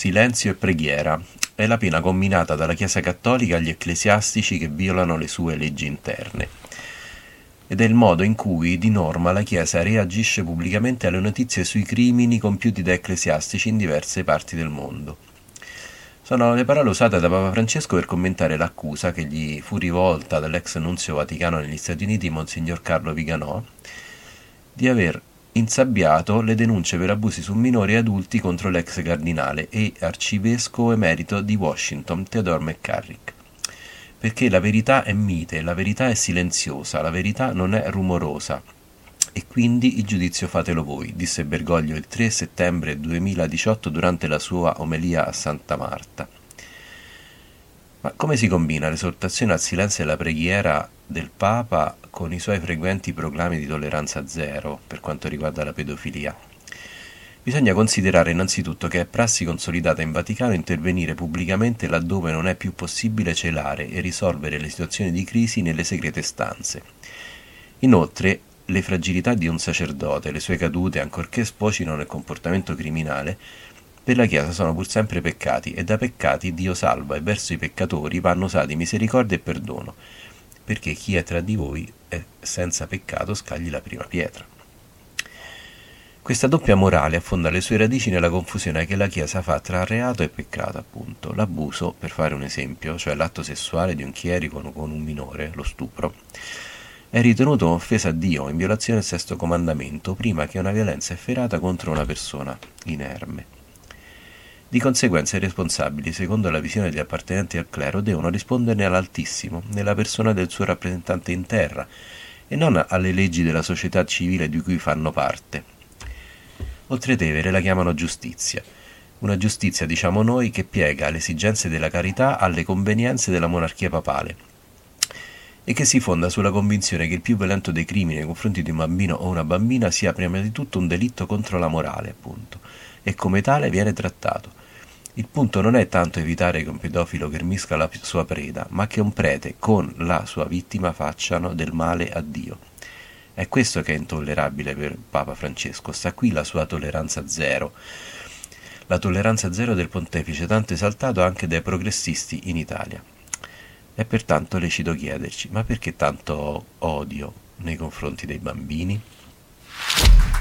Silenzio e preghiera è la pena comminata dalla Chiesa Cattolica agli ecclesiastici che violano le sue leggi interne. Ed è il modo in cui, di norma, la Chiesa reagisce pubblicamente alle notizie sui crimini compiuti da ecclesiastici in diverse parti del mondo. Sono le parole usate da Papa Francesco per commentare l'accusa che gli fu rivolta dall'ex nunzio Vaticano negli Stati Uniti, Monsignor Carlo Viganò, di aver insabbiato le denunce per abusi su minori e adulti contro l'ex cardinale e arcivescovo emerito di Washington, Theodore McCarrick. Perché la verità è mite, la verità è silenziosa, la verità non è rumorosa. E quindi il giudizio fatelo voi, disse Bergoglio il 3 settembre 2018 durante la sua omelia a Santa Marta. Ma come si combina l'esortazione al silenzio e la preghiera del Papa con i suoi frequenti proclami di tolleranza zero per quanto riguarda la pedofilia? Bisogna considerare innanzitutto che è prassi consolidata in Vaticano intervenire pubblicamente laddove non è più possibile celare e risolvere le situazioni di crisi nelle segrete stanze. Inoltre, le fragilità di un sacerdote, le sue cadute, ancorché sfocino nel comportamento criminale, per la Chiesa sono pur sempre peccati, e da peccati Dio salva, e verso i peccatori vanno usati misericordia e perdono, perché chi è tra di voi è senza peccato scagli la prima pietra. Questa doppia morale affonda le sue radici nella confusione che la Chiesa fa tra reato e peccato, appunto. L'abuso, per fare un esempio, cioè l'atto sessuale di un chierico con un minore, lo stupro, è ritenuto offesa a Dio in violazione del sesto comandamento, prima che una violenza efferata contro una persona inerme. Di conseguenza i responsabili, secondo la visione degli appartenenti al clero, devono risponderne all'Altissimo, nella persona del suo rappresentante in terra, e non alle leggi della società civile di cui fanno parte. Oltretevere la chiamano giustizia. Una giustizia, diciamo noi, che piega le esigenze della carità alle convenienze della monarchia papale, e che si fonda sulla convinzione che il più violento dei crimini nei confronti di un bambino o una bambina sia prima di tutto un delitto contro la morale, appunto, e come tale viene trattato. Il punto non è tanto evitare che un pedofilo ghermisca la sua preda, ma che un prete con la sua vittima facciano del male a Dio. È questo che è intollerabile per Papa Francesco, sta qui la sua tolleranza zero. La tolleranza zero del pontefice, tanto esaltato anche dai progressisti in Italia. È pertanto lecito chiederci, ma perché tanto odio nei confronti dei bambini?